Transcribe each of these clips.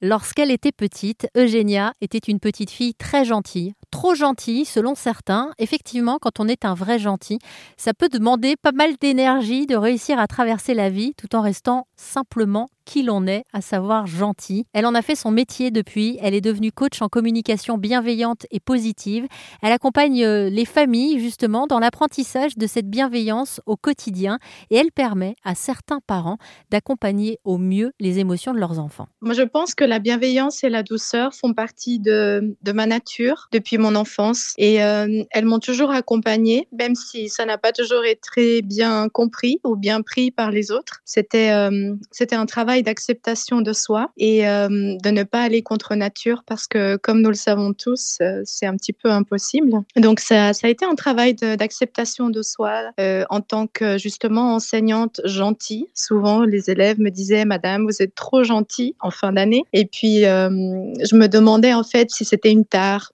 Lorsqu'elle était petite, Eugénia était une petite fille très gentille. Trop gentille, selon certains. Effectivement, quand on est un vrai gentil, ça peut demander pas mal d'énergie de réussir à traverser la vie tout en restant simplement qui l'on est, à savoir gentil. Elle en a fait son métier depuis. Elle est devenue coach en communication bienveillante et positive. Elle accompagne les familles justement dans l'apprentissage de cette bienveillance au quotidien et elle permet à certains parents d'accompagner au mieux les émotions de leurs enfants. Moi, je pense que la bienveillance et la douceur font partie de ma nature depuis mon enfance et elles m'ont toujours accompagnée, même si ça n'a pas toujours été très bien compris ou bien pris par les autres. C'était un travail d'acceptation de soi et de ne pas aller contre nature parce que, comme nous le savons tous, c'est un petit peu impossible. Donc, ça a été un travail d'acceptation de soi en tant que, justement, enseignante gentille. Souvent, les élèves me disaient « Madame, vous êtes trop gentille » en fin d'année. Et puis, je me demandais en fait si c'était une tare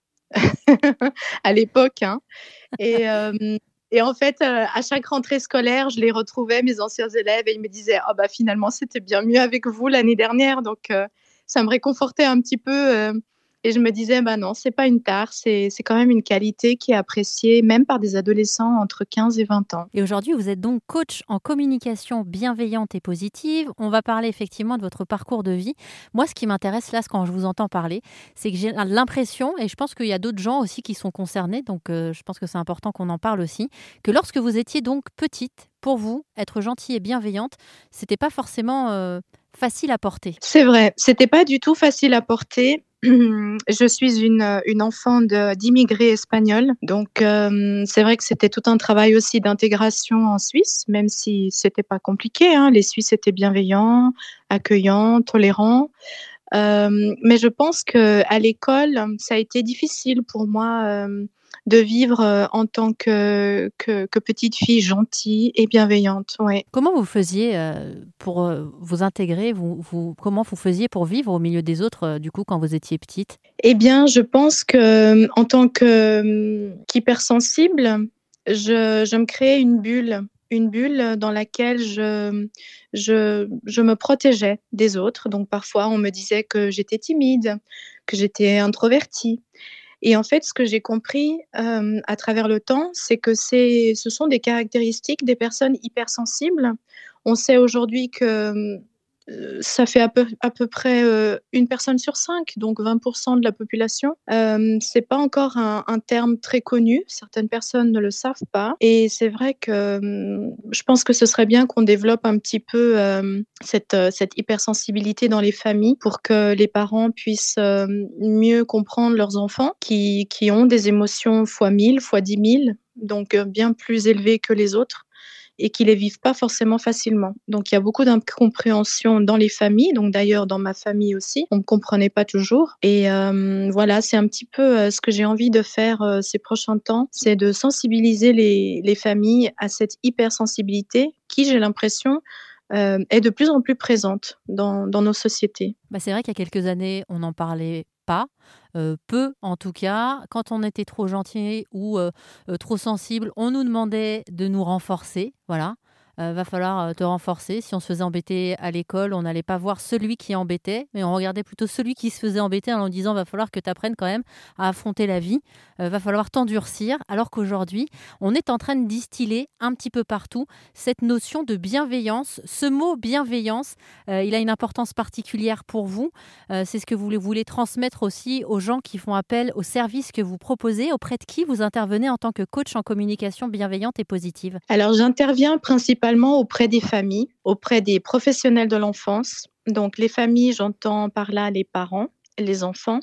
à l'époque. Hein. Et, et en fait, à chaque rentrée scolaire, je les retrouvais, mes anciens élèves, et ils me disaient « Oh bah finalement, c'était bien mieux avec vous l'année dernière ». Donc, ça me réconfortait un petit peu. Et je me disais, bah non, c'est pas une tare, c'est quand même une qualité qui est appréciée même par des adolescents entre 15 et 20 ans. Et aujourd'hui, vous êtes donc coach en communication bienveillante et positive. On va parler effectivement de votre parcours de vie. Moi, ce qui m'intéresse là, quand je vous entends parler, c'est que j'ai l'impression, et je pense qu'il y a d'autres gens aussi qui sont concernés, donc je pense que c'est important qu'on en parle aussi, que lorsque vous étiez donc petite, pour vous, être gentille et bienveillante, c'était pas forcément facile à porter. C'est vrai, c'était pas du tout facile à porter. Je suis une enfant d'immigrés espagnols, donc c'est vrai que c'était tout un travail aussi d'intégration en Suisse, même si c'était pas compliqué. Hein. Les Suisses étaient bienveillants, accueillants, tolérants. Mais je pense que à l'école, ça a été difficile pour moi de vivre en tant que petite fille gentille et bienveillante. Ouais. Comment vous faisiez pour vous intégrer comment vous faisiez pour vivre au milieu des autres, du coup, quand vous étiez petite? Eh bien, je pense que en tant qu'hypersensible, je me créais une bulle dans laquelle je me protégeais des autres. Donc parfois, on me disait que j'étais timide, que j'étais introvertie. Et en fait, ce que j'ai compris à travers le temps, c'est que ce sont des caractéristiques des personnes hypersensibles. On sait aujourd'hui que ça fait à peu près une personne sur cinq, donc 20% de la population. C'est pas encore un terme très connu. Certaines personnes ne le savent pas. Et c'est vrai que je pense que ce serait bien qu'on développe un petit peu cette hypersensibilité dans les familles pour que les parents puissent mieux comprendre leurs enfants qui ont des émotions fois 1000, fois 10 000, donc bien plus élevées que les autres et qui les vivent pas forcément facilement. Donc il y a beaucoup d'incompréhension dans les familles, donc d'ailleurs dans ma famille aussi, on ne comprenait pas toujours. Et voilà, c'est un petit peu ce que j'ai envie de faire ces prochains temps, c'est de sensibiliser les familles à cette hypersensibilité qui, j'ai l'impression, est de plus en plus présente dans nos sociétés. Bah, c'est vrai qu'il y a quelques années, on n'en parlait pas, peu en tout cas. Quand on était trop gentil ou trop sensible, on nous demandait de nous renforcer. Voilà, va falloir te renforcer. Si on se faisait embêter à l'école, on n'allait pas voir celui qui embêtait, mais on regardait plutôt celui qui se faisait embêter en disant va falloir que tu apprennes quand même à affronter la vie, va falloir t'endurcir. Alors qu'aujourd'hui, on est en train de distiller un petit peu partout cette notion de bienveillance. Ce mot bienveillance, il a une importance particulière pour vous. C'est ce que vous voulez transmettre aussi aux gens qui font appel aux services que vous proposez, auprès de qui vous intervenez en tant que coach en communication bienveillante et positive. Alors, j'interviens principalement auprès des familles, auprès des professionnels de l'enfance. Donc, les familles, j'entends par là les parents, les enfants.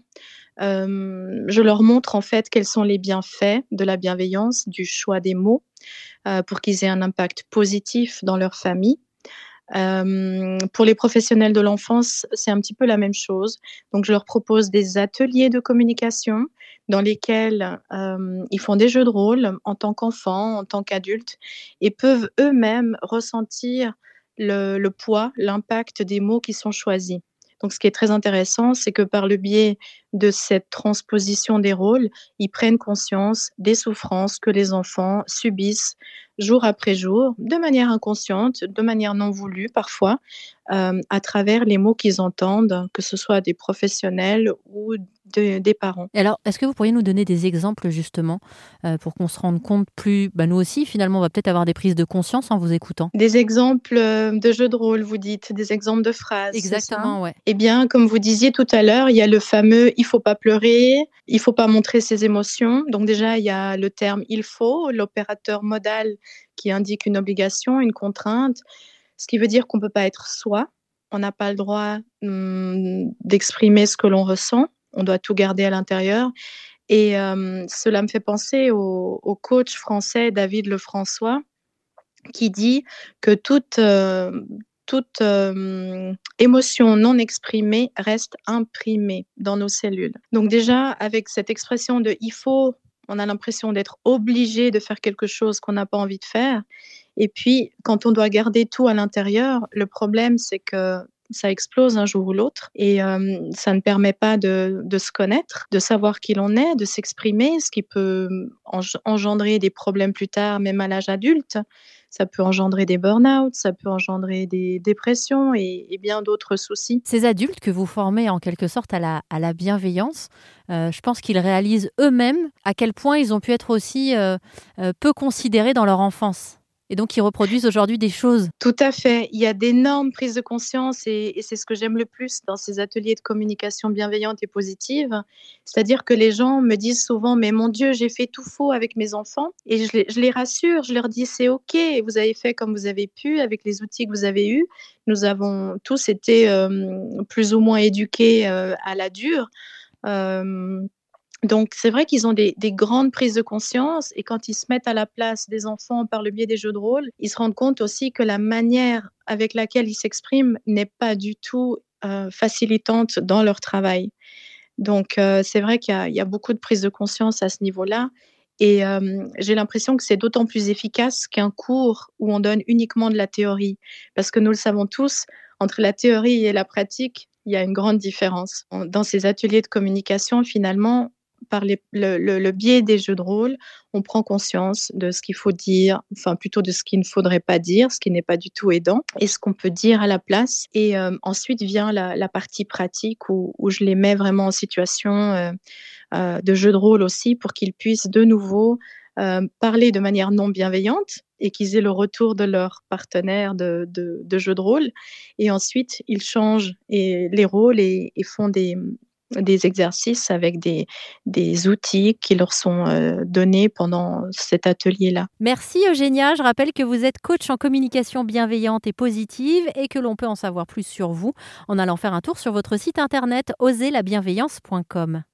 Je leur montre en fait quels sont les bienfaits de la bienveillance, du choix des mots, pour qu'ils aient un impact positif dans leur famille. Pour les professionnels de l'enfance, c'est un petit peu la même chose. Donc, je leur propose des ateliers de communication dans lesquels ils font des jeux de rôle en tant qu'enfants, en tant qu'adultes, et peuvent eux-mêmes ressentir le poids, l'impact des mots qui sont choisis. Donc ce qui est très intéressant, c'est que par le biais de cette transposition des rôles, ils prennent conscience des souffrances que les enfants subissent jour après jour, de manière inconsciente, de manière non voulue parfois, à travers les mots qu'ils entendent, que ce soit des professionnels ou des parents. Et alors, est-ce que vous pourriez nous donner des exemples justement pour qu'on se rende compte plus, nous aussi finalement, on va peut-être avoir des prises de conscience en vous écoutant? Des exemples de jeux de rôle, vous dites, des exemples de phrases, c'est ça? Exactement, ouais. Eh bien, comme vous disiez tout à l'heure, il y a le fameux il faut pas pleurer, il faut pas montrer ses émotions. Donc déjà, il y a le terme il faut, l'opérateur modal qui indique une obligation, une contrainte, ce qui veut dire qu'on peut pas être soi. On n'a pas le droit d'exprimer ce que l'on ressent. On doit tout garder à l'intérieur. Et cela me fait penser au coach français David Lefrançois qui dit que toute émotion non exprimée reste imprimée dans nos cellules. Donc déjà, avec cette expression de il faut, on a l'impression d'être obligé de faire quelque chose qu'on n'a pas envie de faire. Et puis, quand on doit garder tout à l'intérieur, le problème, c'est que ça explose un jour ou l'autre et ça ne permet pas de se connaître, de savoir qui l'on est, de s'exprimer, ce qui peut engendrer des problèmes plus tard, même à l'âge adulte. Ça peut engendrer des burn-out, ça peut engendrer des dépressions et bien d'autres soucis. Ces adultes que vous formez en quelque sorte à la bienveillance, je pense qu'ils réalisent eux-mêmes à quel point ils ont pu être aussi peu considérés dans leur enfance. Et donc, ils reproduisent aujourd'hui des choses. Tout à fait. Il y a d'énormes prises de conscience et c'est ce que j'aime le plus dans ces ateliers de communication bienveillante et positive. C'est-à-dire que les gens me disent souvent, mais mon Dieu, j'ai fait tout faux avec mes enfants. Et je les rassure, je leur dis, c'est OK, vous avez fait comme vous avez pu avec les outils que vous avez eus. Nous avons tous été plus ou moins éduqués à la dure. Donc, c'est vrai qu'ils ont des grandes prises de conscience et quand ils se mettent à la place des enfants par le biais des jeux de rôle, ils se rendent compte aussi que la manière avec laquelle ils s'expriment n'est pas du tout facilitante dans leur travail. Donc, c'est vrai qu'il y a beaucoup de prises de conscience à ce niveau-là et j'ai l'impression que c'est d'autant plus efficace qu'un cours où on donne uniquement de la théorie. Parce que nous le savons tous, entre la théorie et la pratique, il y a une grande différence. Dans ces ateliers de communication, finalement, par le biais des jeux de rôle, on prend conscience de ce qu'il faut dire, enfin plutôt de ce qu'il ne faudrait pas dire, ce qui n'est pas du tout aidant, et ce qu'on peut dire à la place. Et ensuite vient la partie pratique où je les mets vraiment en situation de jeu de rôle aussi pour qu'ils puissent de nouveau parler de manière non bienveillante et qu'ils aient le retour de leur partenaire de jeu de rôle. Et ensuite, ils changent les rôles et font des exercices avec des outils qui leur sont donnés pendant cet atelier-là. Merci Eugénia, je rappelle que vous êtes coach en communication bienveillante et positive et que l'on peut en savoir plus sur vous en allant faire un tour sur votre site internet oserlabienveillance.com.